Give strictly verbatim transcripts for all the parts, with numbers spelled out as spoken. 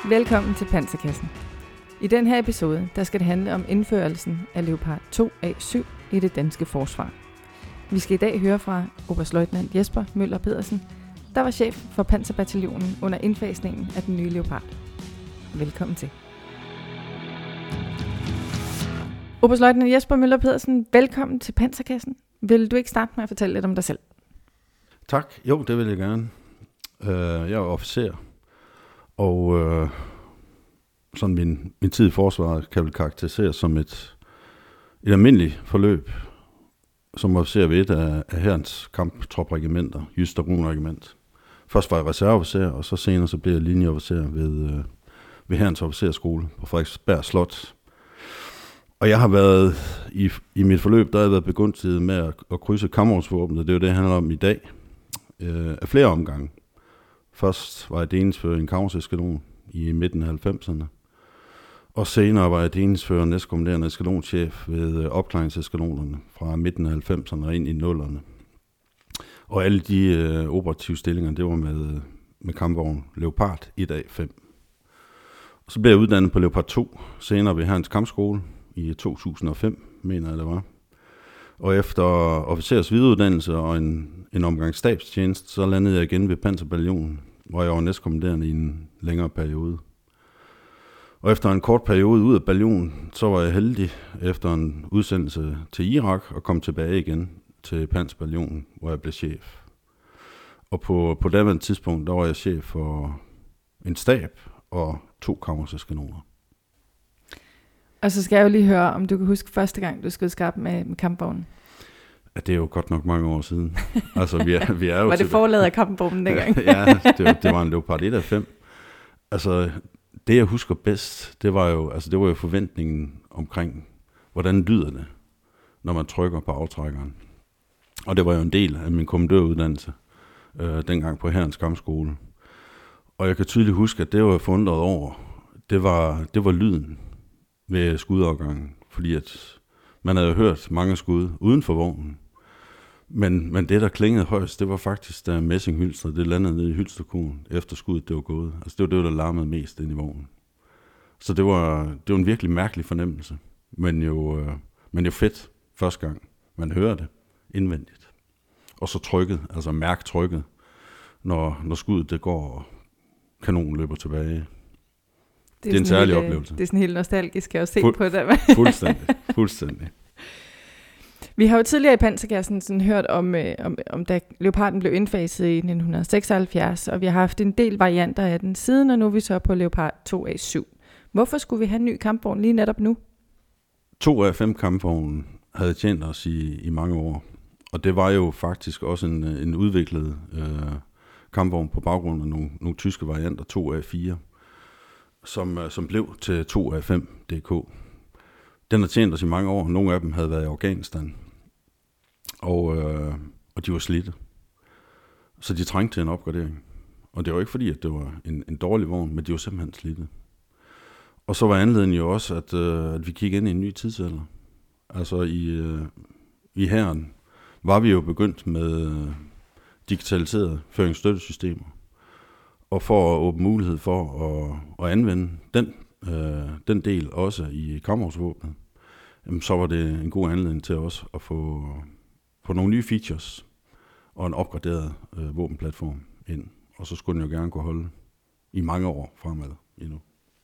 Velkommen til Panserkassen. I den her episode, der skal det handle om indførelsen af Leopard to A syv i det danske forsvar. Vi skal i dag høre fra oberstløjtnant Jesper Møller Pedersen, der var chef for Panserbataljonen under indfasningen af den nye Leopard. Velkommen til. Oberstløjtnant Jesper Møller Pedersen, velkommen til Panserkassen. Vil du ikke starte med at fortælle lidt om dig selv? Tak. Jo, det vil jeg gerne. Jeg er officer, og øh, sådan min, min tid i forsvaret kan vel karakteriseres som et, et almindeligt forløb, som officer ved et af, af hærens kamptropregimenter, Jysk Dragonregiment. Først var jeg reserveofficer, og så senere så blev jeg linjeofficer ved, øh, ved hærens officerskole på Frederiksberg Slot. Og jeg har været, i, i mit forløb, der har jeg været begunstiget med at, at krydse kampvognsvåbnet. Det er jo det, det handler om i dag, øh, af flere omgange. Først var jeg delingsfører i en kampvognseskadron i midten af halvfemserne. Og senere var jeg delingsfører og næstkommanderende eskadronschef ved opklaringseskadronerne fra midten af halvfemserne og ind i nullerne. Og alle de øh, operative stillinger, det var med, med kampvogn Leopard et A fem. Og så blev jeg uddannet på Leopard to, senere ved Hærens Kampskole i to tusind og fem, mener jeg det var. Og efter officers videreuddannelse og en, en omgang stabstjeneste, så landede jeg igen ved Panserbataljonen, hvor jeg var næstkommanderende i en længere periode. Og efter en kort periode ud af bataljonen, så var jeg heldig efter en udsendelse til Irak og kom tilbage igen til Panserbataljonen, hvor jeg blev chef. Og på, på daværende tidspunkt, der var jeg chef for en stab og to kampvognseskadroner. Og så skal jeg jo lige høre, om du kan huske første gang, du skød skarpt med, med kampvognen. Ja, det er jo godt nok mange år siden. Altså, vi er, vi er jo var det forladet af kampvognen dengang? Ja, det, det var en Leopard et A fem. Altså, det jeg husker bedst, det var jo, altså, det var jo forventningen omkring, hvordan lyder det, når man trykker på aftrækkeren. Og det var jo en del af min kommandøruddannelse, øh, dengang på Hærens Kampskole. Og jeg kan tydeligt huske, at det var jeg forundret over. Det var, det var lyden ved skudafgangen, fordi at man havde hørt mange skud uden for vognen. Men, men det, der klingede højst, det var faktisk, da messinghylster, det landede nede i hylsterkonen, efter skuddet det var gået. Altså det var det, der larmede mest ind i vognen. Så det var, det var en virkelig mærkelig fornemmelse, men jo, øh, men jo fedt første gang, man hører det indvendigt. Og så trykket, altså mærk trykket, når, når skuddet det går, og kanonen løber tilbage. Det er, det er en særlig helt, oplevelse. Det er sådan helt nostalgisk, jeg også se Fuld, på det. fuldstændig, fuldstændig. Vi har jo tidligere i Panserkassen sådan hørt om, øh, om, om da Leoparden blev indfaset i nitten seksoghalvfjerds, og vi har haft en del varianter af den siden, og nu er vi så på Leopard to A syv. Hvorfor skulle vi have en ny kampvogn lige netop nu? To A fem kampvognen havde tjent os i, i mange år, og det var jo faktisk også en, en udviklet øh, kampvogn på baggrund af nogle, nogle tyske varianter, to A fire, som, som blev til to A fem D K. Den har tjent os i mange år. Nogle af dem havde været i Afghanistan, og, øh, og de var slidte. Så de trængte til en opgradering. Og det var ikke fordi, at det var en, en dårlig vogn, men de var simpelthen slidte. Og så var anledningen jo også, at, øh, at vi kiggede ind i en ny tidsalder. Altså i, øh, i hæren var vi jo begyndt med øh, digitaliserede føringsstøttesystemer. Og for at åbne mulighed for at, at anvende den, øh, den del også i kampvognsvåbnet, så var det en god anledning til også at få, få nogle nye features og en opgraderet øh, våbenplatform ind. Og så skulle den jo gerne kunne holde i mange år fremad endnu.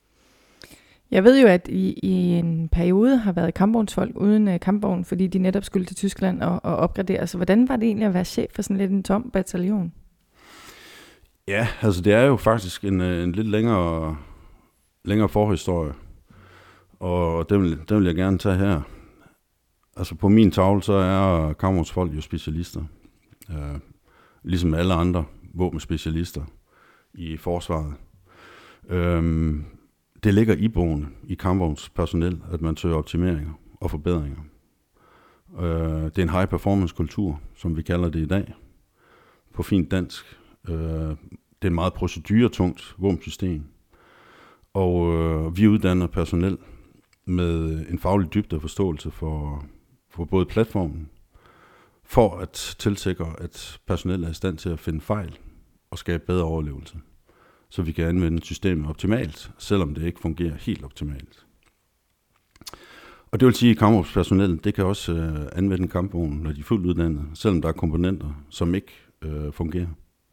Jeg ved jo, at I i en periode har været kampvognsfolk uden uh, kampvogn, fordi de netop skulle til Tyskland og, og opgradere. Så hvordan var det egentlig at være chef for sådan lidt en tom bataljon? Ja, altså det er jo faktisk en, en lidt længere, længere forhistorie, og den vil, den vil jeg gerne tage her. Altså på min tavle, så er kampvognsfolk jo specialister, øh, ligesom alle andre våbenspecialister i forsvaret. Øhm, det ligger iboende i kampvognspersonel, at man søger optimeringer og forbedringer. Øh, det er en high performance kultur, som vi kalder det i dag, på fint dansk. Det er et meget proceduretungt våbensystem, og øh, vi uddanner personel med en faglig dybde og forståelse for, for både platformen, for at tilsikre, at personel er i stand til at finde fejl og skabe bedre overlevelse. så vi kan anvende systemet optimalt, selvom det ikke fungerer helt optimalt. Og det vil sige, at kampvognspersonellet, det kan også øh, anvende en kampvogn, når de er fuldt uddannet, selvom der er komponenter, som ikke øh, fungerer.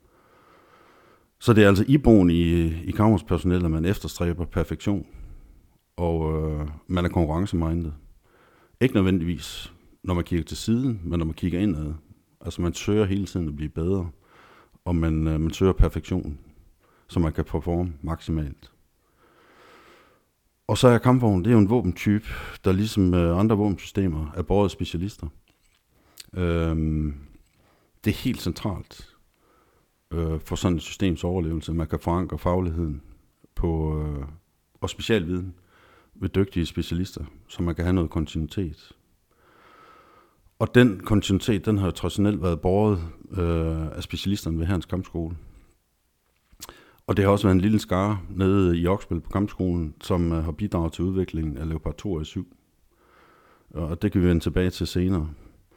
Så det er altså iboende i, i kampvognspersonellet, at man efterstræber perfektion, og øh, man er konkurrencemindet. Ikke nødvendigvis, når man kigger til siden, men når man kigger indad. Altså man søger hele tiden at blive bedre, og man, øh, man søger perfektion, så man kan performe maksimalt. Og så er kampvognen, det er jo en våbentype, der ligesom andre våbensystemer er båret af specialister. Øhm, det er helt centralt øh, for sådan et systems overlevelse. Man kan forankre fagligheden på, øh, og specialviden ved dygtige specialister, så man kan have noget kontinuitet. Og den kontinuitet, den har jo traditionelt været båret øh, af specialisterne ved Hærens Kampskole. Og det har også været en lille skare nede i Oksbøl på kampskolen, som har bidraget til udviklingen af Leopard to A syv. Og det kan vi vende tilbage til senere.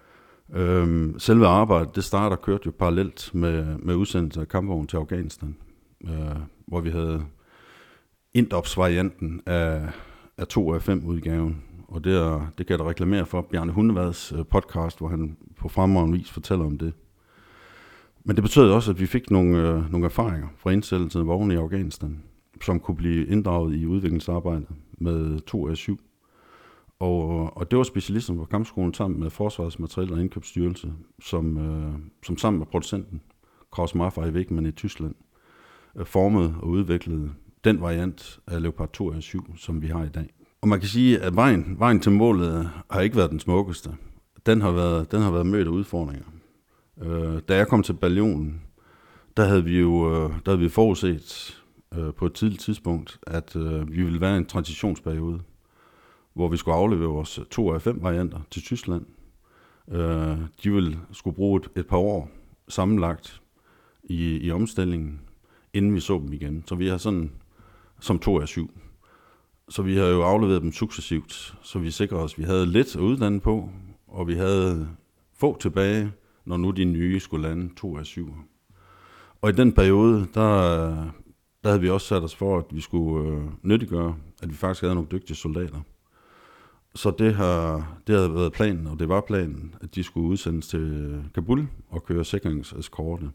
Øhm, selve arbejdet, det starter og kørte jo parallelt med, med udsendelse af kampvogn til Afghanistan, øh, hvor vi havde Indops-varianten af, af to A fem udgaven. Og det, er, det kan jeg da reklamere for Bjarne Hundevads podcast, hvor han på fremragende vis fortæller om det. Men det betød også, at vi fik nogle, øh, nogle erfaringer fra indsættelsen af vogne i Afghanistan, som kunne blive inddraget i udviklingsarbejdet med to A syv. Og, og det var specialisterne på kampskolen sammen med Forsvarets Materiel- og Indkøbsstyrelse, som, øh, som sammen med producenten, Krauss-Maffei i Wegmann i Tyskland, øh, formede og udviklede den variant af Leopard to A syv, som vi har i dag. Og man kan sige, at vejen, vejen til målet har ikke været den smukkeste. Den har været, den har været mødt af udfordringer. Øh, da jeg kom til bataljonen, der havde vi jo øh, der havde vi forudset øh, på et tidligt tidspunkt, at øh, vi ville være i en transitionsperiode, hvor vi skulle aflevere vores to A fem varianter til Tyskland. Øh, de ville skulle bruge et, et par år sammenlagt i, i omstillingen, inden vi så dem igen. Så vi har sådan som to A syv. Så vi har jo afleveret dem successivt, så vi sikrede os, at vi havde lidt at uddanne på, og vi havde få tilbage, når nu de nye skulle lande to A syv. Og i den periode, der, der havde vi også sat os for, at vi skulle øh, nyttiggøre, at vi faktisk havde nogle dygtige soldater. Så det har, det havde været planen, og det var planen, at de skulle udsendes til Kabul og køre sikringseskorte.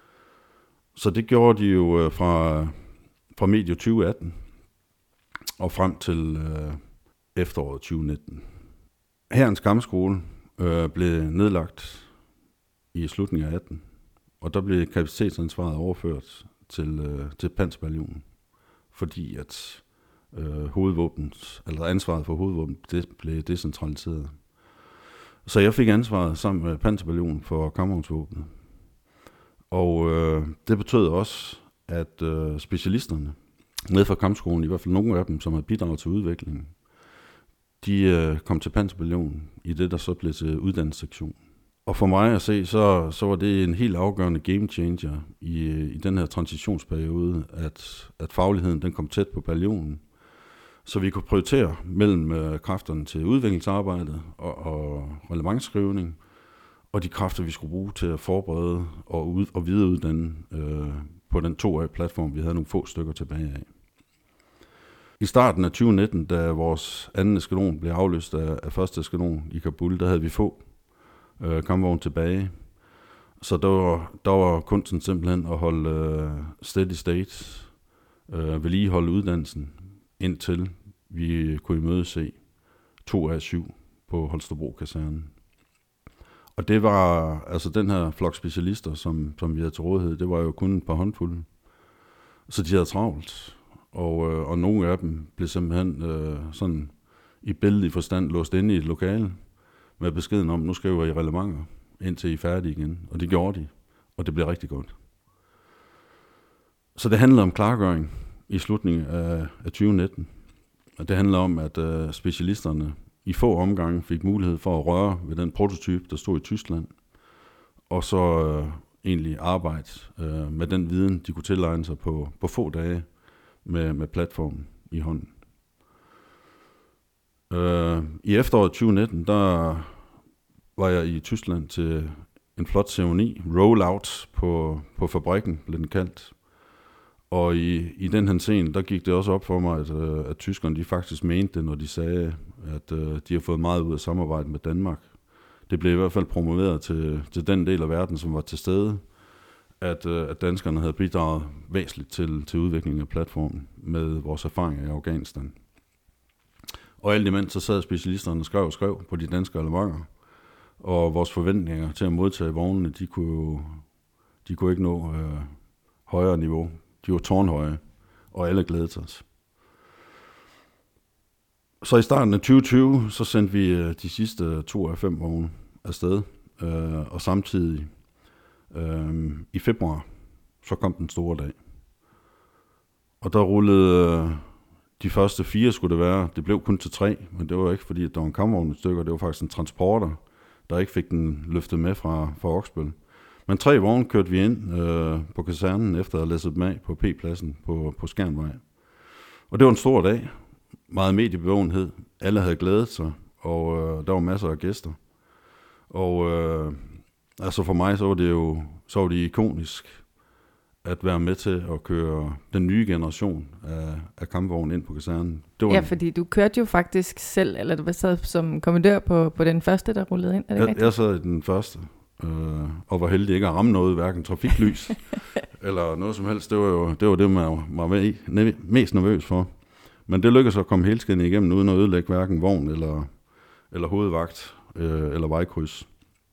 Så det gjorde de jo fra, fra medio tyve atten og frem til øh, efteråret tyve nitten. Hærens Kampskole øh, blev nedlagt i slutningen af atten, og der blev kapacitetsansvaret overført til, øh, til Panserbataljonen, fordi at øh, hovedvåbens, eller ansvaret for hovedvåben, det blev decentraliseret. Så jeg fik ansvaret sammen med Panserbataljonen for kampvognsvåbnet. Og øh, det betød også, at øh, specialisterne nede fra kampskolen, i hvert fald nogle af dem, som havde bidraget til udviklingen, de øh, kom til Panserbataljonen i det, der så blev til uddannelsessektion. Og for mig at se, så, så var det en helt afgørende game changer i, i den her transitionsperiode, at, at fagligheden den kom tæt på bataljonen, så vi kunne prioritere mellem øh, kræfterne til udviklingsarbejdet og, og relevansskrivning, og de kræfter, vi skulle bruge til at forberede og, ud, og videreuddanne øh, på den to A-platform, vi havde nogle få stykker tilbage af. I starten af tyve nitten, da vores anden eskadron blev afløst af, af første eskadron i Kabul, der havde vi få øh, kampvogne tilbage. Så der var, der var kunsten simpelthen at holde øh, steady state, øh, vedligeholde uddannelsen, indtil vi kunne imødese to A syv på Holstebro-kasernen. Og det var, altså den her flok specialister, som, som vi havde til rådighed, det var jo kun et par håndfulde. Så de havde travlt, og, øh, og nogle af dem blev simpelthen øh, sådan i billedlig forstand låst inde i et lokale med beskeden om, nu skal vi i relevanter, indtil I er færdige igen. Og det gjorde de, og det blev rigtig godt. Så det handler om klargøring i slutningen af, af tyve nitten. Og det handler om, at øh, specialisterne i få omgange fik mulighed for at røre ved den prototype, der stod i Tyskland, og så øh, egentlig arbejde øh, med den viden, de kunne tilegne sig på, på få dage med, med platformen i hånden. Øh, I efteråret tyve nitten, der var jeg i Tyskland til en flot ceremoni, rollout på, på fabrikken, blev den kaldt. Og i, i den her scene, der gik det også op for mig, at, at tyskerne de faktisk mente det, når de sagde, at uh, de har fået meget ud af samarbejde med Danmark. Det blev i hvert fald promoveret til, til den del af verden, som var til stede, at, uh, at danskerne havde bidraget væsentligt til, til udviklingen af platformen med vores erfaringer i Afghanistan. Og alt imens så sad specialisterne og skrev og skrev på de danske elementer, og vores forventninger til at modtage vognene, de kunne, de kunne ikke nå øh, højere niveau. De var tårnhøje, og alle glædede os. Så i starten af tyve tyve, så sendte vi øh, de sidste to af fem vogne afsted, øh, og samtidig øh, i februar, så kom den store dag. Og der rullede... Øh, De første fire skulle det være. Det blev kun til tre, men det var ikke fordi, at der var en kampvogn i stykker. Det var faktisk en transporter, der ikke fik den løftet med fra, fra Oksbøl. Men tre vogne kørte vi ind øh, på kasernen, efter at have læsset dem af på P-pladsen på, på Skjernvej. Og det var en stor dag. Meget mediebevågenhed. Alle havde glædet sig, og øh, der var masser af gæster. Og øh, altså for mig, så var det jo så var det ikonisk at være med til at køre den nye generation af, af kampvognen ind på kasernen. Det var ja, en, fordi du kørte jo faktisk selv, eller du var sad som kommandør på, på den første, der rullede ind. Er det jeg, rigtigt? jeg sad i den første, øh, og var heldig ikke at ramme noget, hverken trafiklys eller noget som helst. Det var jo det, var det man var med, mest nervøs for. Men det lykkedes at komme helskindet igennem, uden at ødelægge hverken vogn eller, eller hovedvagt øh, eller vejkryds.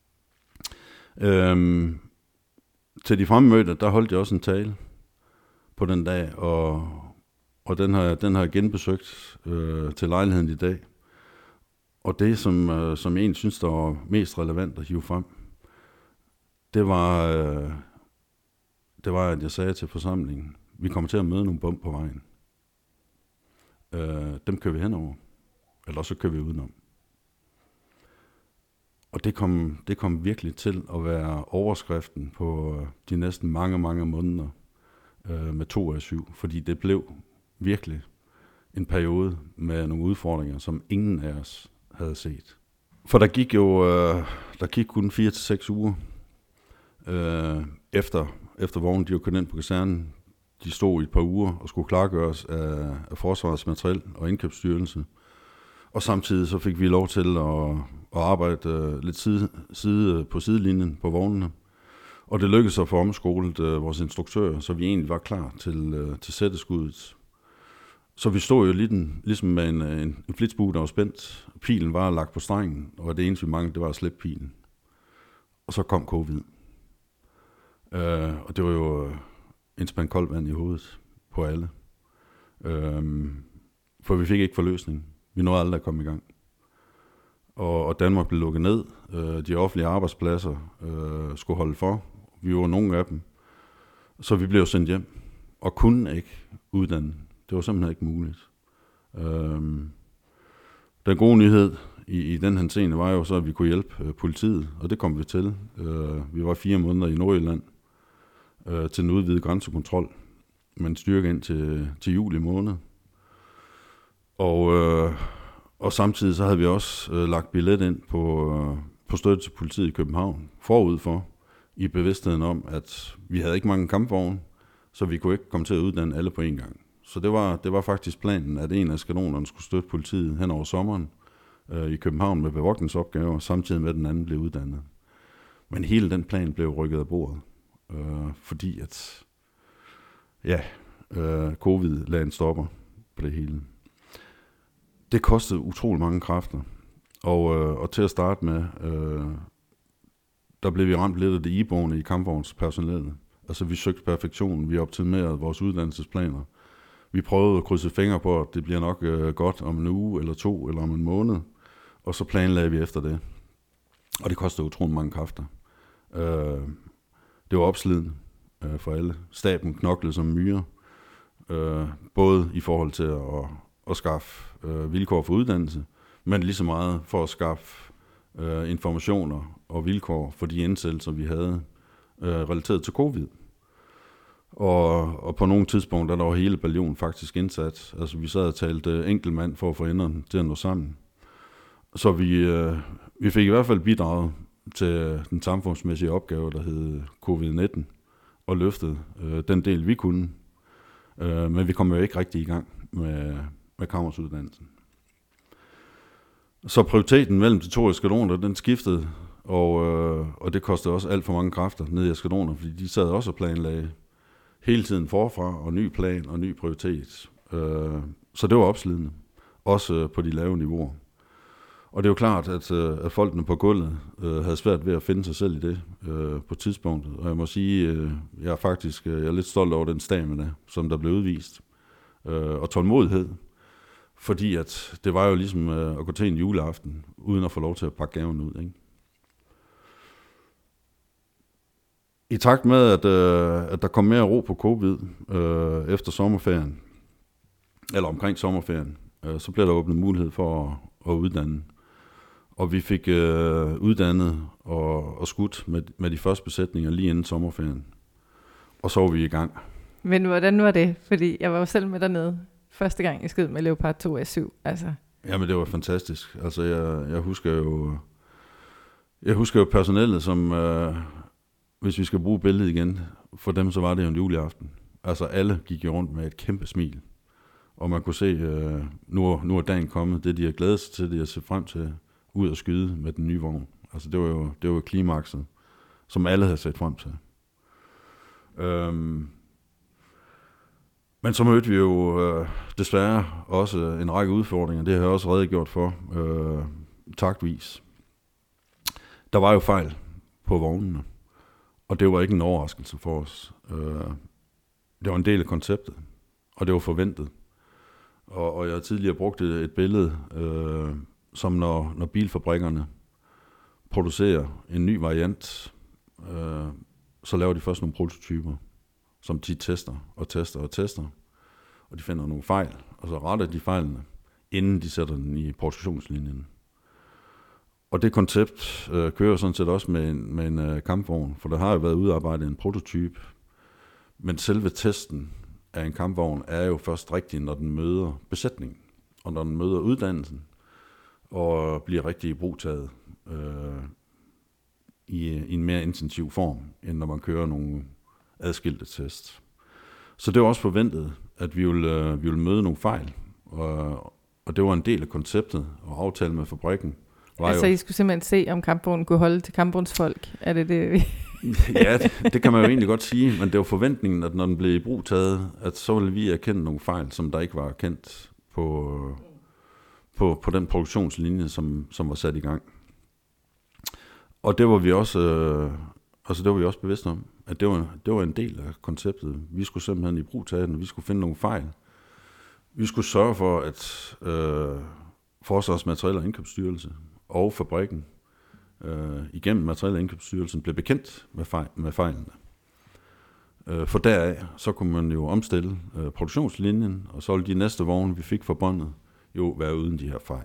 Øhm, Til de fremmødte, der holdt jeg også en tale på den dag, og, og den har, den har jeg genbesøgt øh, til lejligheden i dag. Og det, som, øh, som jeg egentlig synes, der var mest relevant at hive frem, det var, øh, det var, at jeg sagde til forsamlingen, vi kommer til at møde nogle bump på vejen. Øh, dem kører vi henover, eller så kører vi udenom. Og det kom, det kom virkelig til at være overskriften på de næsten mange, mange måneder øh, med to af syv, fordi det blev virkelig en periode med nogle udfordringer, som ingen af os havde set. For der gik jo øh, der gik kun fire til seks uger øh, efter, efter vognen, de var kørt ind på kasernen. De stod i et par uger og skulle klargøres af, af Forsvarets Materiel og Indkøbsstyrelse. Og samtidig så fik vi lov til at, at arbejde uh, lidt side, side på sidelinjen på vognene. Og det lykkedes at få omskolet uh, vores instruktører, så vi egentlig var klar til, uh, til sætteskuddet. Så vi stod jo lidt, ligesom med en, en, en flitsbue, der var spændt. Pilen var lagt på strengen, og det eneste vi manglede, det var at slippe pilen. Og så kom covid. Uh, og det var jo uh, en spand koldt vand i hovedet på alle. Uh, for vi fik ikke forløsning. Vi nåede aldrig at komme i gang. Og, og Danmark blev lukket ned. Øh, de offentlige arbejdspladser øh, skulle holde for. Vi var nogle af dem. Så vi blev sendt hjem. Og kunne ikke uddanne. Det var simpelthen ikke muligt. Øh, den gode nyhed i, i den her scene var jo så, at vi kunne hjælpe øh, politiet. Og det kom vi til. Øh, vi var fire måneder i Nordjylland øh, til en udvidet grænsekontrol. Man styrke ind til, til juli måned. Og, øh, og samtidig så havde vi også øh, lagt billet ind på, øh, på støtte til politiet i København, forud for, i bevidstheden om, at vi havde ikke mange kampvogne, så vi kunne ikke komme til at uddanne alle på én gang. Så det var, det var faktisk planen, at en af skadronerne skulle støtte politiet hen over sommeren øh, i København med bevogtningsopgaver, samtidig med at den anden blev uddannet. Men hele den plan blev rykket af bordet, øh, fordi at ja, øh, covid lagde en stopper på det hele. Det kostede utrolig mange kræfter, og, øh, og til at starte med, øh, der blev vi ramt lidt af det iboende i kampvognspersonalet. Altså vi søgte perfektionen, vi optimerede vores uddannelsesplaner. Vi prøvede at krydse fingre på, at det bliver nok øh, godt om en uge, eller to, eller om en måned, og så planlagde vi efter det. Og det kostede utrolig mange kræfter. Øh, det var opslidende øh, for alle. Staben knoklede som myrer, øh, både i forhold til at at skaffe øh, vilkår for uddannelse, men lige så meget for at skaffe øh, informationer og vilkår for de indsættelser, vi havde øh, relateret til covid. Og, og på nogle tidspunkter, der var hele bataljonen faktisk indsat. Altså vi sad og talte enkelt mand for at få enderne til at nå sammen. Så vi, øh, vi fik i hvert fald bidraget til den samfundsmæssige opgave, der hed covid nitten, og løftede øh, den del, vi kunne. Øh, men vi kom jo ikke rigtig i gang med, med kammersuddannelsen. Så prioriteten mellem de to eskadoner, den skiftede, og, øh, og det kostede også alt for mange kræfter ned i eskadoner, fordi de sad også og planlagde hele tiden forfra, og ny plan og ny prioritet. Øh, så det var opslidende, også øh, på de lave niveauer. Og det er jo klart, at, øh, at folkene på gulvet øh, havde svært ved at finde sig selv i det øh, på tidspunktet. Og jeg må sige, øh, jeg er faktisk øh, jeg er lidt stolt over den stamina, som der blev udvist, øh, og tålmodighed. Fordi at det var jo ligesom øh, at gå til en juleaften, uden at få lov til at pakke gaven ud, ikke? I takt med, at, øh, at der kom mere ro på covid øh, efter sommerferien, eller omkring sommerferien, øh, så blev der åbnet mulighed for at, at uddanne. Og vi fik øh, uddannet og, og skudt med, med de første besætninger lige inden sommerferien. Og så var vi i gang. Men hvordan var det? Fordi jeg var jo selv med dernede første gang, jeg skød med Leopard to A syv. Altså. Jamen det var fantastisk. Altså jeg, jeg husker jo jeg husker jo personellet, som øh, hvis vi skal bruge billedet igen, for dem så var det jo en juleaften. Altså alle gik jo rundt med et kæmpe smil. Og man kunne se, øh, nu, nu er dagen kommet, det de har glædet sig til, det er at se frem til ud og skyde med den nye vogn. Altså det var jo, det var jo klimakset, som alle havde set frem til. Øhm, men så mødte vi jo øh, desværre også en række udfordringer. Det har jeg også redegjort for øh, taktvis. Der var jo fejl på vognene, og det var ikke en overraskelse for os. Øh, det var en del af konceptet, og det var forventet. Og, og jeg har tidligere brugt et, et billede, øh, som når, når bilfabrikkerne producerer en ny variant, øh, så laver de først nogle prototyper, som de tester og tester og tester. Og de finder nogle fejl, og så retter de fejlene, inden de sætter den i produktionslinjen. Og det koncept øh, kører sådan set også med en, med en øh, kampvogn, for der har jo været udarbejdet en prototype, men selve testen af en kampvogn er jo først rigtig, når den møder besætningen, og når den møder uddannelsen, og bliver rigtig ibrugtaget øh, i, i en mere intensiv form, end når man kører nogle adskilte test. Så det var også forventet, at vi ville, øh, vi ville møde nogle fejl, og, og det var en del af konceptet, og aftale med fabrikken. Altså jo, I skulle simpelthen se, om kampvognen kunne holde til kampvognsfolk? Er det det? Ja, det, det kan man jo egentlig godt sige, men det var forventningen, at når den blev i brug taget, at så ville vi erkende nogle fejl, som der ikke var erkendt på, på, på den produktionslinje, som, som var sat i gang. Og det var vi også, øh, altså det var vi også bevidste om, at det var, det var en del af konceptet. Vi skulle simpelthen i brug tage den, og vi skulle finde nogle fejl. Vi skulle sørge for, at øh, Forsvars Materiel- og Indkøbsstyrelse og fabrikken øh, igennem Materiel- og Indkøbsstyrelsen blev bekendt med, fejl, med fejlene. Øh, for deraf, så kunne man jo omstille øh, produktionslinjen, og så ville de næste vogne, vi fik fra båndet, jo være uden de her fejl.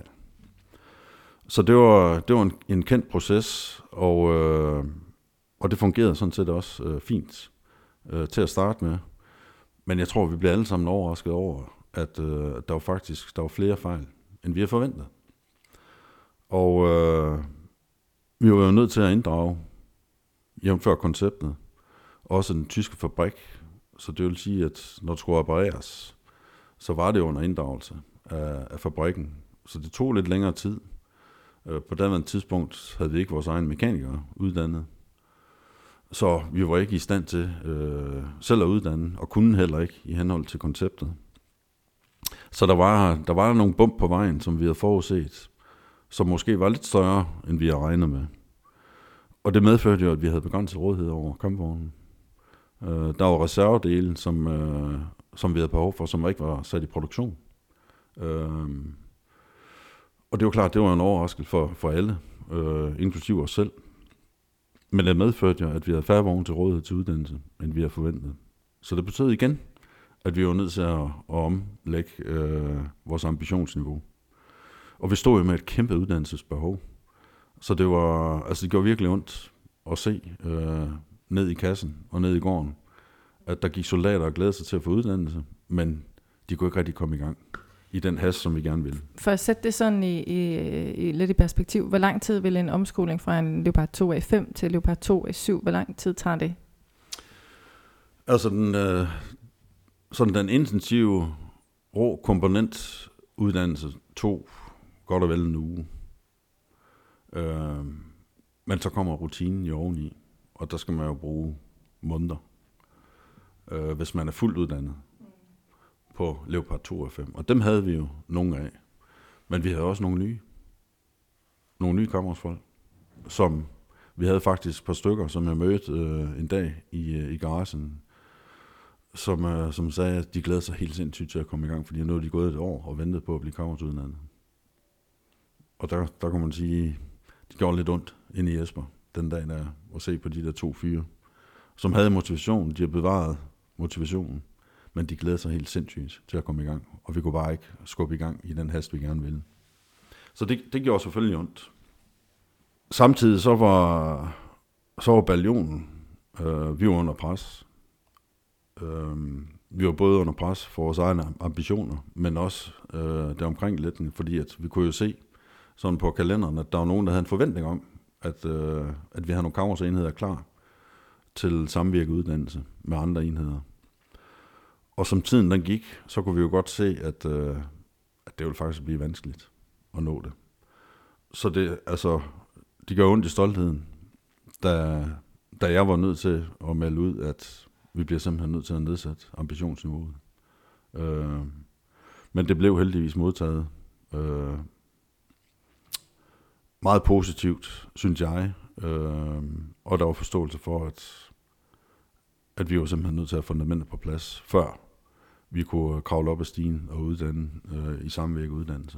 Så det var, det var en, en kendt proces, og, øh, og det fungerede sådan set også øh, fint øh, til at starte med. Men jeg tror, vi blev alle sammen overrasket over, at øh, der var faktisk der var flere fejl, end vi havde forventet. Og øh, vi var jo nødt til at inddrage, jævnfør konceptet, også den tyske fabrik. Så det vil sige, at når det skulle repareres, så var det under inddragelse af, af fabrikken. Så det tog lidt længere tid. På det tidspunkt havde vi ikke vores egen mekanikere uddannet. Så vi var ikke i stand til øh, selv at uddanne, og kunne heller ikke i henhold til konceptet. Så der var, der var nogle bump på vejen, som vi havde forudset, som måske var lidt større, end vi havde regnet med. Og det medførte jo, at vi havde begrænset rådighed over kampvognen. Øh, der var reservedele, som, øh, som vi havde behov for, som ikke var sat i produktion. Øh, og det var klart, det var en overraskelse for, for alle, øh, inklusive os selv. Men det medførte jo, at vi havde færre vogne til rådighed til uddannelse, end vi havde forventet. Så det betød igen, at vi var nødt til at, at omlægge øh, vores ambitionsniveau. Og vi stod jo med et kæmpe uddannelsesbehov. Så det var, altså det gjorde virkelig ondt at se øh, ned i kassen og ned i gården, at der gik soldater og glædede sig til at få uddannelse, men de kunne ikke rigtig komme i gang i den hast, som vi gerne ville. For at sætte det sådan i, i, i lidt i perspektiv, hvor lang tid vil en omskoling fra en Leopard to A fem til Leopard to A syv, hvor lang tid tager det? Altså den, øh, sådan den intensive, rå komponentuddannelse tog godt og vel en uge. Øh, men så kommer rutinen i oveni, og der skal man jo bruge måneder, øh, hvis man er fuldt uddannet på Leopard to og fem. Og dem havde vi jo nogle af. Men vi havde også nogle nye. Nogle nye kammersfolk, som vi havde faktisk et par stykker, som jeg mødte øh, en dag i, øh, i garagen, som, øh, som sagde, at de glæder sig helt sindssygt til at komme i gang, fordi nu er de gået et år og ventet på at blive kammersuddannet. Og der, der kan man sige, det gjorde lidt ondt inde i Jesper den dag der, at se på de der to fyre, som havde motivation, de har bevaret motivationen, men de glæder sig helt sindssygt til at komme i gang, og vi kunne bare ikke skubbe i gang i den hast, vi gerne ville. Så det, det gjorde selvfølgelig ondt. Samtidig så var, så var ballionen, øh, vi var under pres. Øh, vi var både under pres for vores egne ambitioner, men også øh, det omkringliggende, fordi at vi kunne jo se sådan på kalenderen, at der var nogen, der havde en forventning om, at, øh, at vi havde nogle kammersenheder klar til samvirkeuddannelse med andre enheder. Og som tiden den gik, så kunne vi jo godt se, at, øh, at det ville faktisk blive vanskeligt at nå det. Så det, altså, det gør ondt i stoltheden, da, da jeg var nødt til at melde ud, at vi bliver simpelthen nødt til at nedsætte ambitionsniveauet. Øh, men det blev heldigvis modtaget øh, meget positivt, synes jeg. Øh, og der var forståelse for, at, at vi var simpelthen nødt til at have fundamentet på plads, før vi kunne kravle op ad stigen og uddanne øh, i samvirkeuddannelse.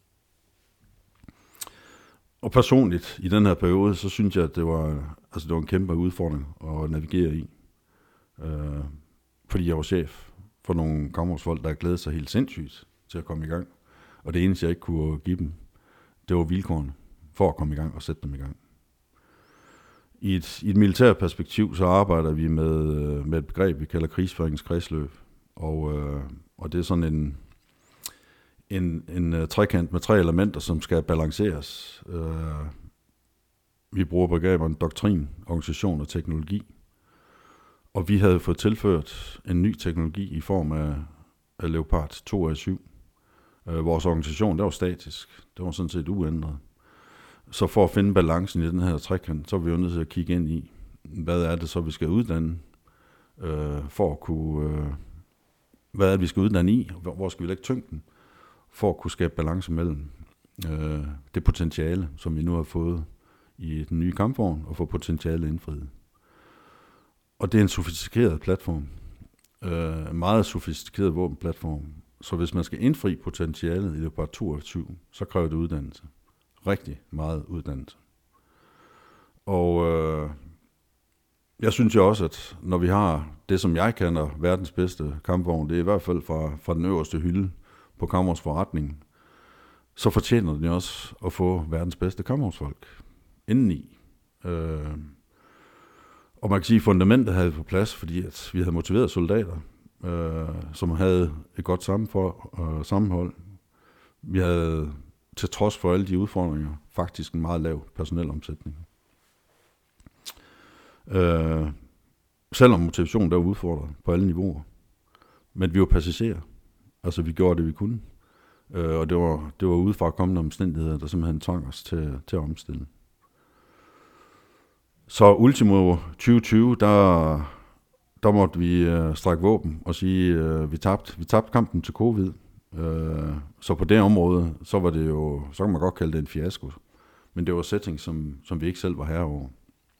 Og personligt, i den her periode, så synes jeg, at det var, altså det var en kæmpe udfordring at navigere i. Øh, fordi jeg var chef for nogle kammersfolk, der glædede sig helt sindssygt til at komme i gang. Og det eneste, jeg ikke kunne give dem, det var vilkårene for at komme i gang og sætte dem i gang. I et, i et militært perspektiv, så arbejder vi med, med et begreb, vi kalder krigsføringens kredsløb. Og, øh, og det er sådan en, en, en uh, trekant med tre elementer, som skal balanceres. Uh, vi bruger begreberne doktrin, organisation og teknologi. Og vi havde fået tilført en ny teknologi i form af, af Leopard to A syv. Uh, vores organisation, der var statisk. Det var sådan set uændret. Så for at finde balancen i den her trekant, så er vi jo nødt til at kigge ind i, hvad er det så, vi skal uddanne, uh, for at kunne... Uh, hvad er det, vi skal uddanne i? Hvor skal vi lægge tyngden? For at kunne skabe balance mellem øh, det potentiale, som vi nu har fået i den nye kampvogn, og få potentialet indfriet. Og det er en sofistikeret platform. Øh, en meget sofistikeret våbenplatform. Så hvis man skal indfri potentialet i Leopard to og syv, så kræver det uddannelse. Rigtig meget uddannelse. Og øh, jeg synes jo også, at når vi har det, som jeg kender verdens bedste kampvogn, det er i hvert fald fra, fra den øverste hylde på Kammerets forretning, så fortjener den også at få verdens bedste kampvognsfolk indeni. Øh, og man kan sige, at fundamentet havde på plads, fordi at vi havde motiverede soldater, øh, som havde et godt sammenfor, øh, sammenhold. Vi havde til trods for alle de udfordringer faktisk en meget lav personelomsætning. Øh, selvom motivationen der var udfordret på alle niveauer. Men vi var passagerer. Altså vi gjorde det, vi kunne. Øh, og det var, det var udefra kommende omstændigheder, der simpelthen tvang os til, til at omstille. Så ultimo tyve tyve, der, der måtte vi øh, strække våben og sige, øh, vi tabte vi tabte kampen til covid. Øh, så på det område, så var det jo, så kan man godt kalde det en fiasko. Men det var setting, som, som vi ikke selv var herre over.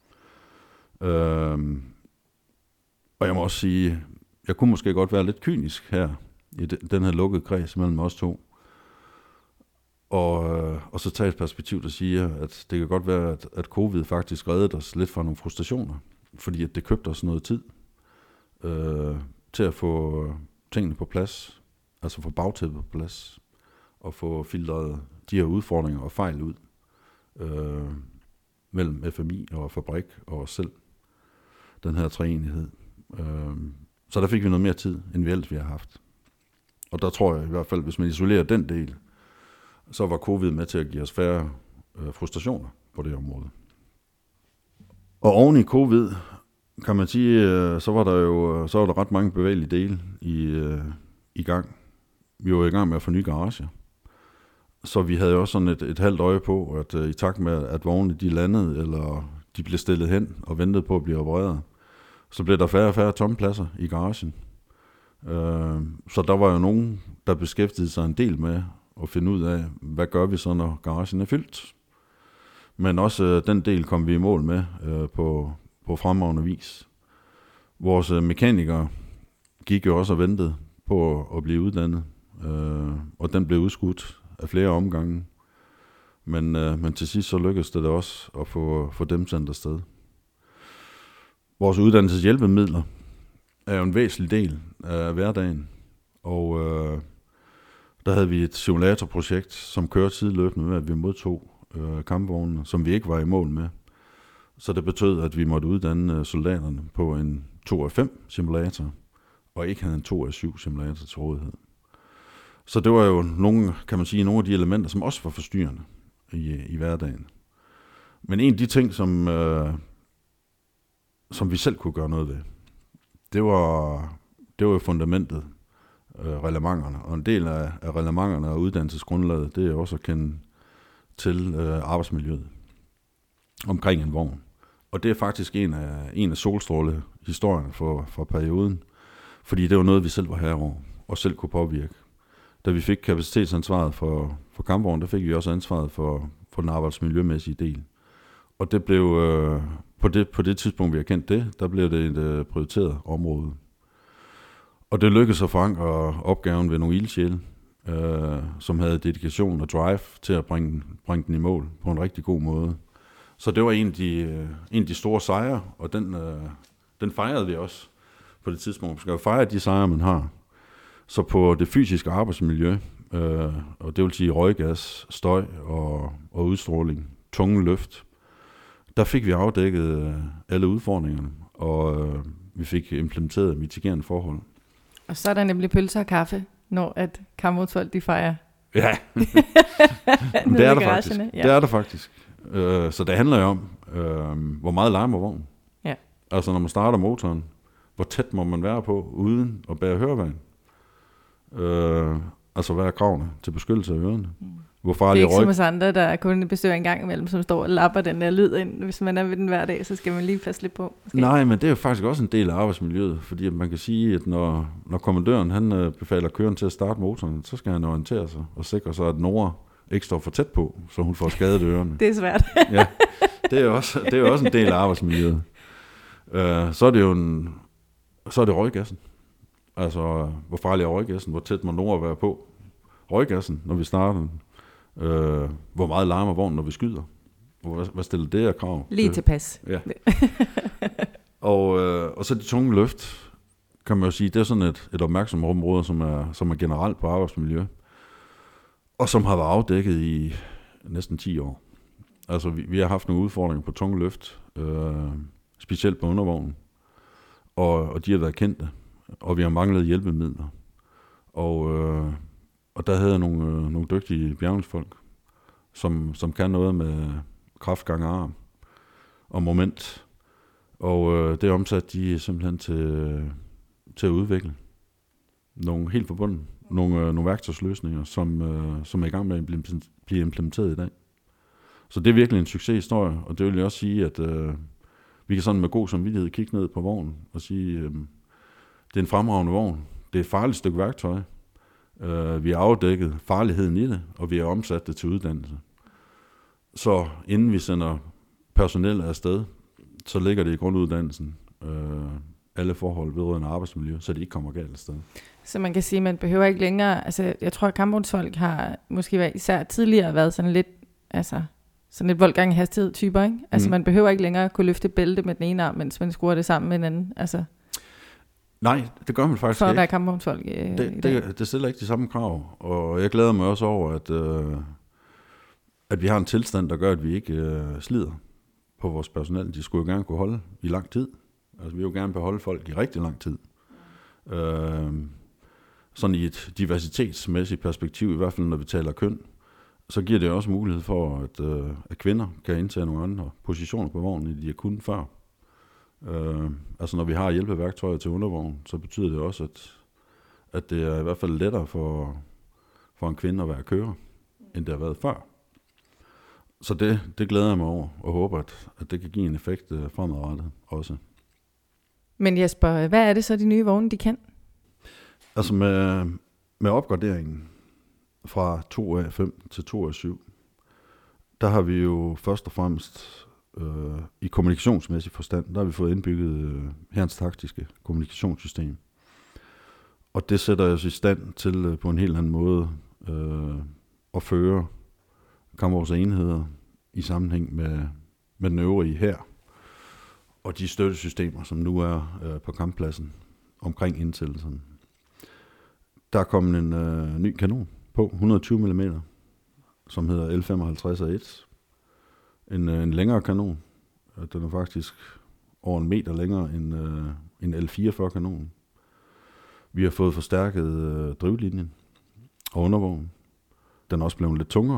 Øh, og jeg må også sige, jeg kunne måske godt være lidt kynisk her, i den her lukkede kreds mellem os to. Og, og så tage et perspektiv, der siger, at det kan godt være, at, at covid faktisk reddede os lidt fra nogle frustrationer, fordi at det købte os noget tid øh, til at få tingene på plads, altså få bagtæppet på plads, og få filtreret de her udfordringer og fejl ud øh, mellem F M I og fabrik og os selv, den her treenighed. Øh, så der fik vi noget mere tid, end vi ellers vi har haft. Og der tror jeg i hvert fald, hvis man isolerer den del, så var covid med til at give os færre øh, frustrationer på det område. Og oven i covid, kan man sige, øh, så var der jo så var der ret mange bevægelige dele i, øh, i gang. Vi var i gang med at forny garager. Så vi havde jo også sådan et, et halvt øje på, at øh, i takt med, at vognene de landede, eller de blev stillet hen og ventede på at blive opereret, så blev der færre og færre tomme pladser i garagen. Øh, så der var jo nogen, der beskæftigede sig en del med at finde ud af, hvad gør vi så, når garagen er fyldt. Men også øh, den del kom vi i mål med øh, på, på fremragende vis. Vores øh, mekanikere gik jo også og ventede på at, at blive uddannet, øh, og den blev udskudt af flere omgange. Men, øh, men til sidst så lykkedes det da også at få, få dem sendt afsted. Vores uddannelseshjælpemidler er jo en væsentlig del af hverdagen, og øh, der havde vi et simulatorprojekt, som kørte sideløbende med, at vi modtog øh, kampvognene, som vi ikke var i mål med. Så det betød, at vi måtte uddanne soldaterne på en to af fem simulator, og ikke havde en to af syv simulator til rådighed. Så det var jo nogle, kan man sige, nogle af de elementer, som også var forstyrrende i, i hverdagen. Men en af de ting, som, øh, som vi selv kunne gøre noget ved, det var, det var jo fundamentet, øh, reglementerne. Og en del af, af reglementerne og uddannelsesgrundlaget, det er også at kende til øh, arbejdsmiljøet omkring en vogn. Og det er faktisk en af, en af solstrålehistorierne for, for perioden, fordi det var noget, vi selv var herover og selv kunne påvirke. Da vi fik kapacitetsansvaret for, for kampvognen, der fik vi også ansvaret for, for den arbejdsmiljømæssige del. Og det blev, øh, på, det, på det tidspunkt, vi har kendt det, der blev det et øh, prioriteret område. Og det lykkedes at forankre opgaven ved nogle ildsjæle, øh, som havde dedikation og drive til at bringe, bringe den i mål på en rigtig god måde. Så det var en af de, øh, en af de store sejre, og den, øh, den fejrede vi også på det tidspunkt. Man skal jo fejre de sejre, man har. Så på det fysiske arbejdsmiljø, øh, og det vil sige røggas, støj og, og udstråling, tunge løft, der fik vi afdækket øh, alle udfordringerne, og øh, vi fik implementeret mitigerende forhold. Og så er der nemlig pølser og kaffe, når at kampvognsfolk de fejrer. Ja, det er der faktisk. Ja. Det er der faktisk. Øh, så det handler jo om, øh, hvor meget larmer vognen. Ja. Altså når man starter motoren, hvor tæt må man være på, uden at bære høreværn. Øh, altså hvad er kravene til beskyttelse af ørerne? Mm. Hvor farlig det er ikke røg... som os andre, der kun besøger en gang imellem, som står og lapper den der lyd ind. Hvis man er ved den hver dag, så skal man lige passe lidt på. Måske. Nej, men det er jo faktisk også en del af arbejdsmiljøet, fordi man kan sige, at når, når kommandøren han øh, befaler køren til at starte motoren, så skal han orientere sig og sikre sig, at Nora ikke står for tæt på, så hun får skadet ørerne. Det er svært. Ja, det er også, det er også en del af arbejdsmiljøet. Øh, så er det jo en, så er det røggassen. Altså, hvor farlig er røggassen? Hvor tæt må Nora være på? Røggassen, når vi starter den. Øh, hvor meget larmer vognen, når vi skyder? Hvad, hvad stiller det af krav? Lige tilpas. Ja. og, øh, og så de tunge løft, kan man jo sige, det er sådan et, et opmærksomhedsområde, som er, som er generelt på arbejdsmiljø, og som har været afdækket i næsten ti år. Altså, vi, vi har haft nogle udfordringer på tunge løft, øh, specielt på undervognen, og, og de har været kendte, og vi har manglet hjælpemidler. Og... Øh, Og der havde jeg nogle, øh, nogle dygtige bjergningsfolk, som, som kan noget med kraft gange arm og moment. Og øh, det omsat de simpelthen til, til at udvikle nogle helt forbundet, nogle, øh, nogle værktøjsløsninger, som, øh, som er i gang med at blive implementeret i dag. Så det er virkelig en succeshistorie, og det vil jeg også sige, at øh, vi kan sådan med god samvittighed kigge ned på vognen og sige, øh, det er en fremragende vogn, det er et farligt stykke værktøj. Uh, vi har afdækket farligheden i det, og vi har omsat det til uddannelse. Så inden vi sender personel afsted, så ligger det i grunduddannelsen uh, alle forhold vedrørende arbejdsmiljø, så det ikke kommer galt afsted. Så man kan sige, at man behøver ikke længere, altså jeg tror, at kampvognsfolk har måske været, især tidligere været sådan lidt, altså sådan lidt voldgang hastighed typer, ikke? Altså mm. man behøver ikke længere kunne løfte bælte med den ene arm, mens man skruer det sammen med den anden, altså. Nej, det gør man faktisk for ikke. For at være kampvognsfolk øh, det, det, det stiller ikke de samme krav, og jeg glæder mig også over, at, øh, at vi har en tilstand, der gør, at vi ikke øh, slider på vores personale. De skulle jo gerne kunne holde i lang tid. Altså vi vil jo gerne beholde folk i rigtig lang tid. Øh, sådan i et diversitetsmæssigt perspektiv, i hvert fald når vi taler køn, så giver det også mulighed for, at, øh, at kvinder kan indtage nogle andre positioner på vognen, end de har kunnet før. Øh, altså når vi har hjælpeværktøjer til undervogn, så betyder det også, at, at det er i hvert fald lettere for, for en kvinde at være kører, end det har været før. Så det, det glæder jeg mig over, og håber, at, at det kan give en effekt uh, fremadrettet også. Men Jesper, hvad er det så, de nye vogne, de kan? Altså med, med opgraderingen fra to A fem til to A syv, der har vi jo først og fremmest øh, i kommunikationsmæssig forstand, der har vi fået indbygget øh, herrens taktiske kommunikationssystem. Og det sætter os i stand til øh, på en helt anden måde øh, at føre kampvognens enheder i sammenhæng med, med den øvrige hær og de støttesystemer, som nu er øh, på kamppladsen omkring indsættelsen. Der er kommet en øh, ny kanon på et hundrede og tyve millimeter, som hedder L femoghalvtreds A et. En, øh, en længere kanon. Den er faktisk over en meter længere end øh, en L fireogfyrre kanon. Vi har fået forstærket øh, drivlinjen og undervognen. Den er også blevet lidt tungere.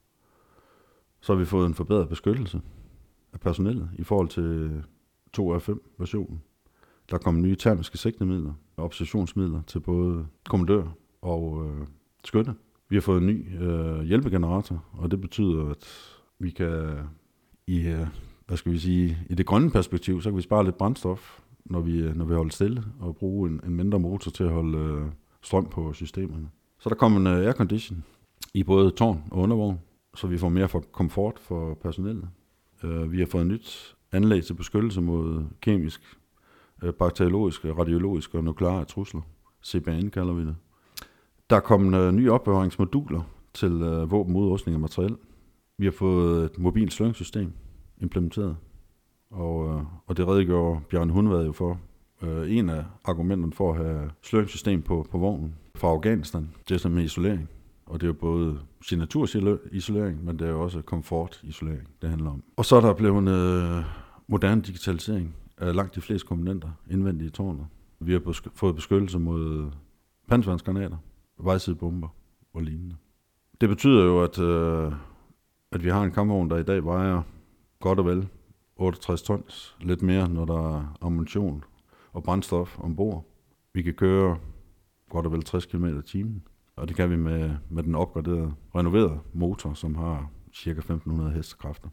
Så har vi fået en forbedret beskyttelse af personellet i forhold til to A fem versionen. Der er kommet nye termiske sigtemidler og observationsmidler til både kommandør og øh, skytte. Vi har fået en ny øh, hjælpegenerator, og det betyder, at vi kan i, øh, hvad skal vi sige, i det grønne perspektiv, så kan vi spare lidt brændstof, når vi, når vi holder stille, og bruge en, en mindre motor til at holde øh, strøm på systemerne. Så der kommer en øh, aircondition i både tårn og undervogn, så vi får mere for komfort for personellet. Uh, vi har fået et nyt anlæg til beskyttelse mod kemisk, uh, bakteriologiske, radiologiske og nukleare trusler. C B N kalder vi det. Der er kommet uh, nye opbevaringsmoduler til uh, våben, udrustning og materiel. Vi har fået et mobilt sløringssystem implementeret, og, uh, og det redegør Bjørn Hundvad jo for. Uh, en af argumenterne for at have sløringssystem på, på vognen fra Afghanistan, det er som isolering. Og det er jo både signaturisolering, men det er jo også komfortisolering, det handler om. Og så er der blevet en øh, moderne digitalisering af langt de fleste komponenter indvendigt i tårnet. Vi har besk- fået beskyttelse mod panserværnsgranater, vejsidebomber og lignende. Det betyder jo, at, øh, at vi har en kampvogn, der i dag vejer godt og vel otteogtres tons. Lidt mere, når der er ammunition og brændstof ombord. Vi kan køre godt og vel tres kilometer i timen. Og det kan vi med, med den opgraderede, renoverede motor, som har ca. femten hundrede hestekræfter.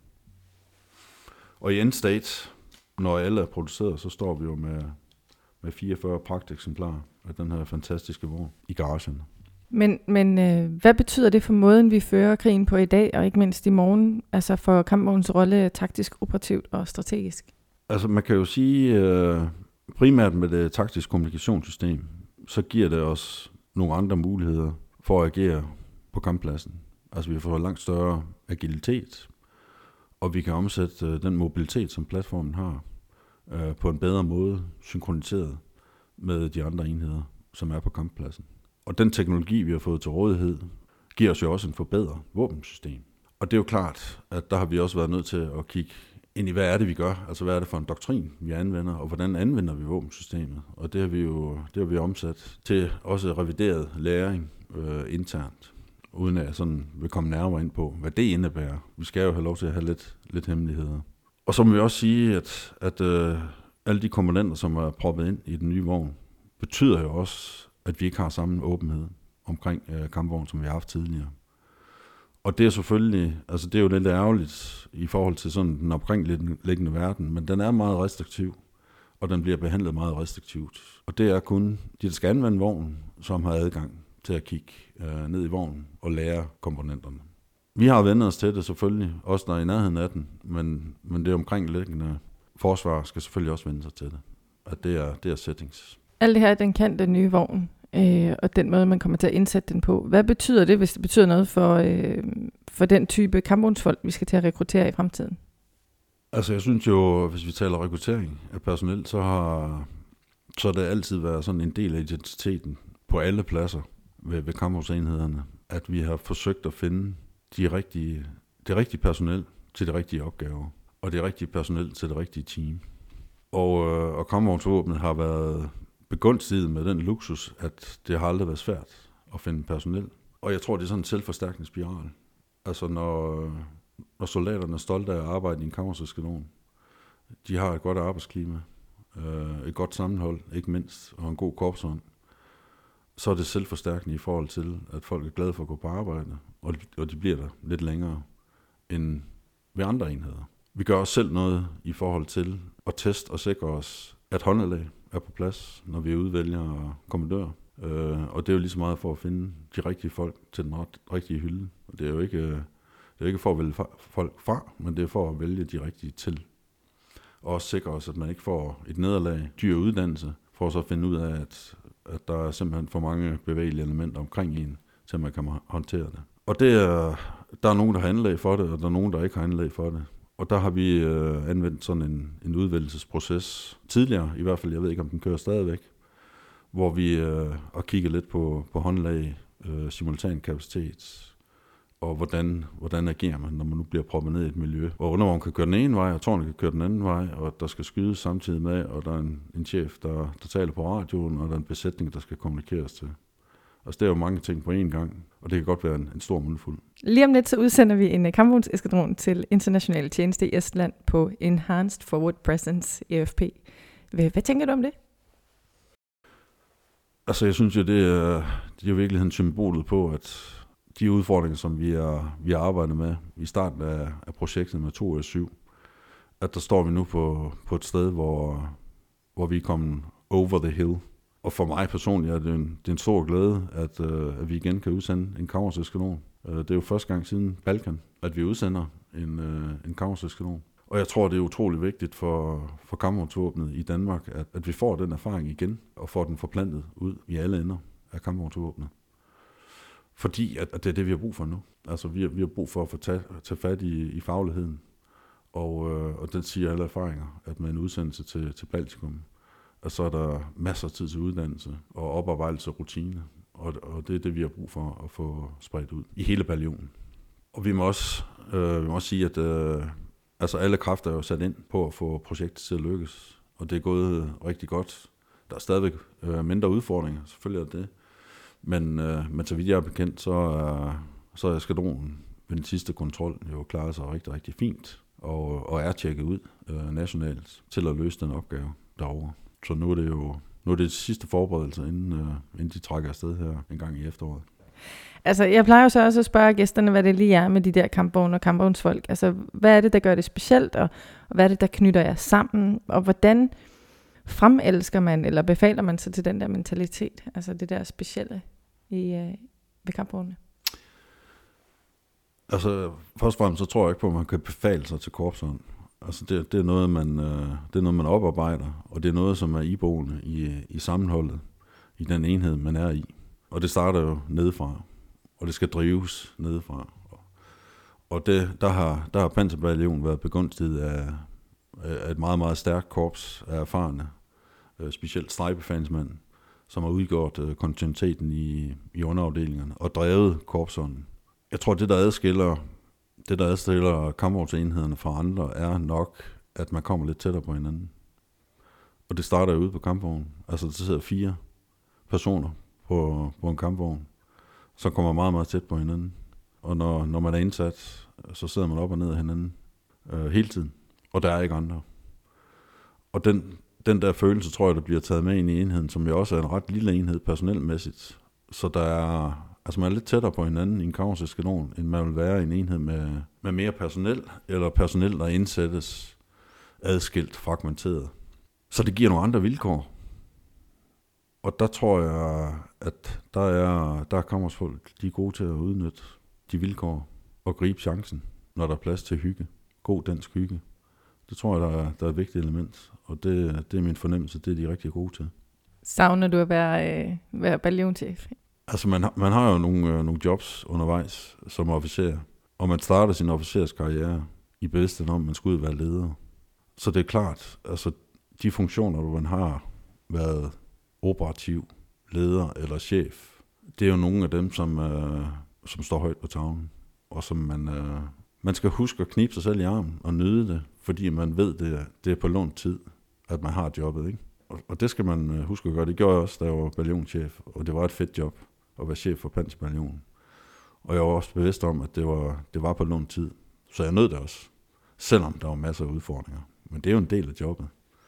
Og i endstate, når alle er produceret, så står vi jo med, med fireogfyrre pragteksemplarer af den her fantastiske vogn i garagen. Men, men øh, hvad betyder det for måden, vi fører krigen på i dag, og ikke mindst i morgen, altså for kampvognens rolle taktisk, operativt og strategisk? Altså man kan jo sige, øh, primært med det taktiske kommunikationssystem, så giver det os nogle andre muligheder for at agere på kamppladsen. Altså vi får langt større agilitet, og vi kan omsætte øh, den mobilitet, som platformen har, øh, på en bedre måde, synkroniseret med de andre enheder, som er på kamppladsen. Og den teknologi, vi har fået til rådighed, giver os jo også en forbedret våbensystem. Og det er jo klart, at der har vi også været nødt til at kigge ind i, hvad er det, vi gør? Altså, hvad er det for en doktrin, vi anvender, og hvordan anvender vi våbensystemet? Og det har vi jo det har vi omsat til også revideret læring øh, internt, uden at jeg sådan vil komme nærmere ind på, hvad det indebærer. Vi skal jo have lov til at have lidt, lidt hemmeligheder. Og så må vi også sige, at, at øh, alle de komponenter, som er proppet ind i den nye vogn, betyder jo også, at vi ikke har samme åbenhed omkring øh, kampvognen, som vi har haft tidligere. Og det er selvfølgelig, altså det er jo lidt ærgerligt i forhold til sådan den omkringliggende verden, men den er meget restriktiv, og den bliver behandlet meget restriktivt. Og det er kun de, der skal anvende vognen, som har adgang til at kigge øh, ned i vognen og lære komponenterne. Vi har vendt os til det selvfølgelig, også når i nærheden af den, men, men det omkringliggende forsvar skal selvfølgelig også vende sig til det. At det er, det er settings. Alt det her, den kan den nye vogn, øh, og den måde, man kommer til at indsætte den på. Hvad betyder det, hvis det betyder noget for, øh, for den type kampvognsfolk, vi skal til at rekruttere i fremtiden? Altså jeg synes jo, hvis vi taler rekruttering af personel, så har, så har det altid været sådan en del af identiteten på alle pladser ved, ved kampvognsenhederne, at vi har forsøgt at finde de rigtige, det rigtige personel til de rigtige opgaver, og det rigtige personel til det rigtige team. Og, øh, og kampvognsvåbnet har været begunstiget med den luksus, at det har aldrig været svært at finde personel. Og jeg tror, det er sådan en selvforstærkende spiral. Altså når, når soldaterne er stolte af at arbejde i en kampvognseskadron, de har et godt arbejdsklima, øh, et godt sammenhold, ikke mindst, og en god korpsånd, så er det selvforstærkende i forhold til, at folk er glade for at gå på arbejde, og de, og de bliver der lidt længere end ved andre enheder. Vi gør også selv noget i forhold til at teste og sikre os, at håndelag er på plads, når vi udvælger kommandør. Øh, og det er jo lige så meget for at finde de rigtige folk til den ret, rigtige hylde. Og det er jo ikke, det er jo ikke for at vælge folk fra, men det er for at vælge de rigtige til. Og også sikre os, at man ikke får et nederlag, dyr uddannelse, for at så finde ud af, at, at der er simpelthen for mange bevægelige elementer omkring en, til man kan håndtere det. Og det er, der er nogen, der har anlæg for det, og der er nogen, der ikke har anlæg for det. Og der har vi øh, anvendt sådan en, en udvælgelsesproces tidligere, i hvert fald, jeg ved ikke, om den kører stadigvæk, hvor vi øh, har kigget lidt på, på håndlag, øh, simultankapacitet, og hvordan, hvordan agerer man, når man nu bliver proppet ned i et miljø, hvor undervognen kan køre den ene vej, og tårnet kan køre den anden vej, og der skal skydes samtidig med, og der er en, en chef, der, der taler på radioen, og der er en besætning, der skal kommunikeres til. Altså, det er jo mange ting på én gang, og det kan godt være en, en stor mundfuld. Lige om lidt, så udsender vi en kampvognseskadron til international tjeneste i Estland på Enhanced Forward Presence, E F P. Hvad, hvad tænker du om det? Altså, jeg synes jo, det er, det er jo virkelig en symbolet på, at de udfordringer, som vi har, vi har arbejdet med i starten af, af projektet med to S syv, at der står vi nu på, på et sted, hvor, hvor vi er kommet over the hill. Og for mig personligt er det en, det er en stor glæde, at, uh, at vi igen kan udsende en kampvognseskadron. Uh, det er jo første gang siden Balkan, at vi udsender en, uh, en kampvognseskadron. Og jeg tror, det er utrolig vigtigt for, for kampvognsvåbnet i Danmark, at, at vi får den erfaring igen, og får den forplantet ud i alle ender af kampvognsvåbnet. Fordi at, at det er det, vi har brug for nu. Altså, vi har, vi har brug for at få tage, tage fat i, i fagligheden. Og, øh, og det siger alle erfaringer, at med en udsendelse til, til Baltikum, og så er der masser af tid til uddannelse og oparbejdelse og rutine. Og, og det er det, vi har brug for at få spredt ud i hele ballionen. Og vi må også, øh, vi må også sige, at øh, altså alle kræfter er jo sat ind på at få projektet til at lykkes. Og det er gået rigtig godt. Der er stadigvæk øh, mindre udfordringer, selvfølgelig er det. Men, øh, men så vidt jeg er bekendt, så er, så er eskadronen ved den sidste kontrol jo klaret sig rigtig, rigtig fint. Og, og er tjekket ud øh, nationalt til at løse den opgave derovre. Så nu er det jo nu er det de sidste forberedelser, inden, øh, inden de trækker afsted her en gang i efteråret. Altså, jeg plejer jo så også at spørge gæsterne, hvad det lige er med de der kampvogne og kampvognsfolk. Altså, hvad er det, der gør det specielt, og, og hvad er det, der knytter jer sammen? Og hvordan fremelsker man, eller befaler man sig til den der mentalitet, altså det der specielle i, øh, ved kampvognene? Altså, først og fremmest så tror jeg ikke på, at man kan befale sig til korpsånd. Altså, det, det, er noget, man, øh, det er noget, man oparbejder, og det er noget, som er iboende i, i sammenholdet, i den enhed, man er i. Og det starter jo nedefra, og det skal drives nedefra. Og det, der har, der har Panserbataljonen været begunstiget af, af et meget, meget stærkt korps af erfarne, øh, specielt stregbefansmænd, som har udgjort øh, kontinuiteten i, i underafdelingerne og drevet korpsånden. Jeg tror, det der adskiller, det der adskiller kampvognsenhederne fra andre, er nok, at man kommer lidt tættere på hinanden. Og det starter jo ude på kampvognen. Altså, der sidder fire personer på, på en kampvogn, så kommer man meget, meget tæt på hinanden. Og når, når man er indsat, så sidder man op og ned af hinanden øh, hele tiden. Og der er ikke andre. Og den, den der følelse, tror jeg, der bliver taget med ind i enheden, som jo også er en ret lille enhed personelmæssigt. Så der er, altså man er lidt tættere på hinanden i en kampvognseskadron, end man vil være i en enhed med, med mere personel, eller personel, der indsættes adskilt, fragmenteret. Så det giver nogle andre vilkår. Og der tror jeg, at der er, der er kampvognsfolk, de er gode til at udnytte de vilkår og gribe chancen, når der er plads til hygge. God dansk hygge. Det tror jeg, der er, der er et vigtigt element, og det, det er min fornemmelse, det er de rigtig gode til. Savner du at være, øh, være bataljonschef? Altså, man, man har jo nogle, øh, nogle jobs undervejs som officer, og man starter sin officerskarriere i bevidstheden om, at man skal ud og være leder. Så det er klart, altså de funktioner, hvor man har været operativ leder eller chef, det er jo nogle af dem, som, øh, som står højt på tavlen, og som man, øh, man skal huske at knibe sig selv i armen og nyde det, fordi man ved, det er, det er på lånt tid, at man har jobbet, ikke? Og, og det skal man øh, huske at gøre. Det gjorde jeg også, da jeg var bataljonschef, og det var et fedt job at være chef for Panserbataljonen. Og jeg var også bevidst om, at det var, det var på lånt tid, så jeg nød det også, selvom der var masser af udfordringer. Men det er jo en del af jobbet.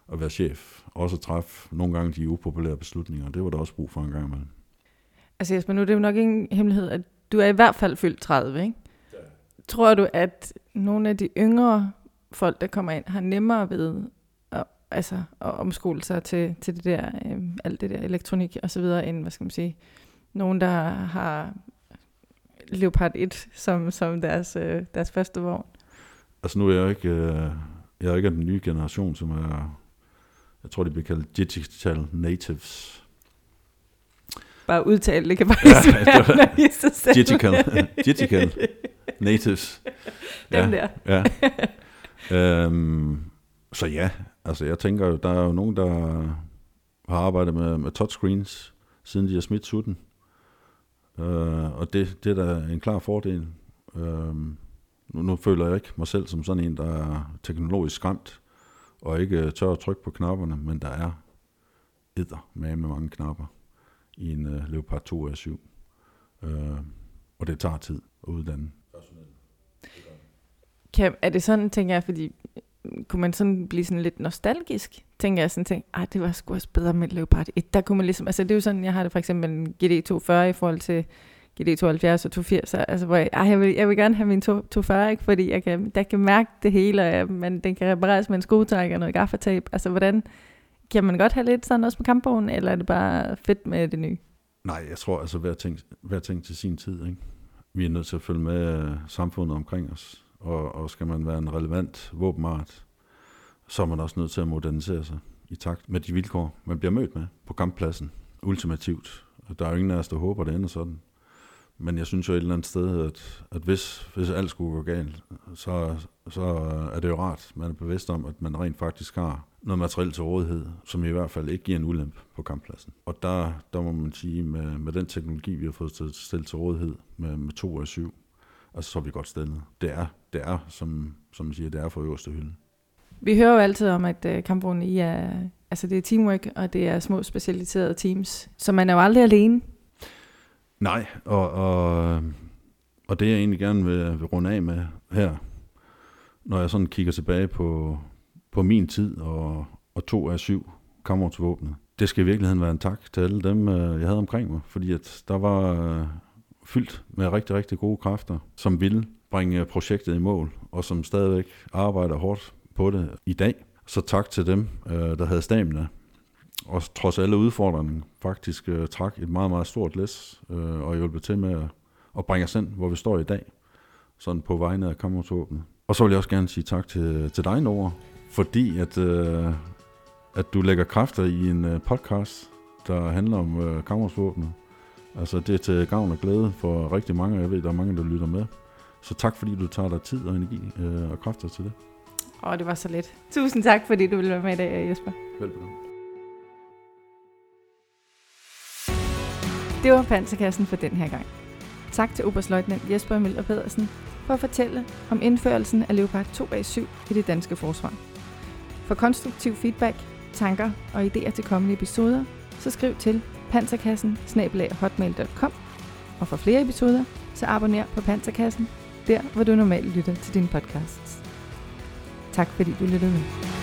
at være chef. Også at træffe nogle gange de upopulære beslutninger. Det var der også brug for en gang imellem. Altså Jesper, nu er det jo nok ingen hemmelighed, at du er i hvert fald fyldt tredive, ikke? Ja. Tror du, at nogle af de yngre folk, der kommer ind, har nemmere ved at, altså, at omskole sig til, til det der, øh, alt det der elektronik og så videre, end, hvad skal man sige, nogen, der har Leopard et som, som deres, øh, deres første vogn? Altså nu er jeg ikke, øh, jeg er ikke af den nye generation, som er, jeg tror, de bliver kaldt digital natives. Bare udtale, det kan faktisk ja, være, når I så selv. Digital, digital natives. Dem ja, der. Ja. øhm, så ja, altså jeg tænker jo, der er jo nogen, der har arbejdet med, med touchscreens, siden de har smidt sutten. Øh, og det, det er da en klar fordel. Øh, nu, nu føler jeg ikke mig selv som sådan en, der er teknologisk skræmt, og ikke tør at trykke på knapperne, men der er edder med med mange knapper i en uh, Leopard to A syv. Uh, og det tager tid at uddanne. Kan, er det sådan, tænker jeg, fordi kunne man sådan blive sådan lidt nostalgisk, tænker jeg sådan, tænker, ej, det var sgu også bedre med Leopard et. Der kunne man ligesom, altså det er jo sådan, jeg har det for eksempel en G D to fyrre i forhold til G D tooghalvfjerds og to firs, altså hvor jeg, ej, jeg, vil, jeg vil gerne have min to fyrre, ikke, fordi jeg kan, der kan mærke det hele, og jeg, man, den kan repareres med en skruetræk og noget gaffatab. Altså hvordan, kan man godt have lidt sådan også på kampvognen, eller er det bare fedt med det nye? Nej, jeg tror altså hver ting, hver ting til sin tid, ikke? Vi er nødt til at følge med uh, samfundet omkring os, og, og skal man være en relevant våbenart, så er man også nødt til at modernisere sig i takt med de vilkår, man bliver mødt med på kamppladsen. Ultimativt. Der er jo ingen af os, der håber, det ender sådan. Men jeg synes jo et eller andet sted, at, at hvis, hvis alt skulle gå galt, så, så er det jo rart, man er bevidst om, at man rent faktisk har noget materiel til rådighed, som i hvert fald ikke giver en ulempe på kamppladsen. Og der, der må man sige, med, med den teknologi, vi har fået til, stillet til rådighed med, med to A syv, altså så er vi godt stillet. Det er, det er som, som man siger, det er for øverste hylde. Vi hører jo altid om, at uh, kampvognen i er, altså det er teamwork, og det er små specialiserede teams, så man er jo aldrig alene. Nej, og, og, og det jeg egentlig gerne vil, vil runde af med her, når jeg sådan kigger tilbage på, på min tid og, og to A syv kampvognsvåbnet, det skal i virkeligheden være en tak til alle dem, jeg havde omkring mig, fordi at der var fyldt med rigtig, rigtig gode kræfter, som ville bringe projektet i mål, og som stadigvæk arbejder hårdt på det i dag. Så tak til dem, der havde stamina, og trods alle udfordringer faktisk uh, trak et meget, meget stort læs uh, og hjulpet til med at, at bringe os ind, hvor vi står i dag, sådan på vegne af kampvognsvåbnet. Og så vil jeg også gerne sige tak til, til dig, Nora, fordi at, uh, at du lægger kræfter i en uh, podcast, der handler om uh, kampvognsvåbnet. Altså det er til gavn og glæde for rigtig mange, jeg ved, der er mange, der lytter med. Så tak, fordi du tager dig tid og energi uh, og kræfter til det. Åh, det var så let. Tusind tak, fordi du ville være med i dag, Jesper. Velbekomme. Det var Panserkassen for den her gang. Tak til oberstløjtnant Jesper Møller Pedersen for at fortælle om indførelsen af Leopard to A syv i det danske forsvar. For konstruktiv feedback, tanker og idéer til kommende episoder, så skriv til panserkassen snabel-a hotmail punktum com. Og for flere episoder, så abonner på Panserkassen, der hvor du normalt lytter til dine podcasts. Tak fordi du lyttede med.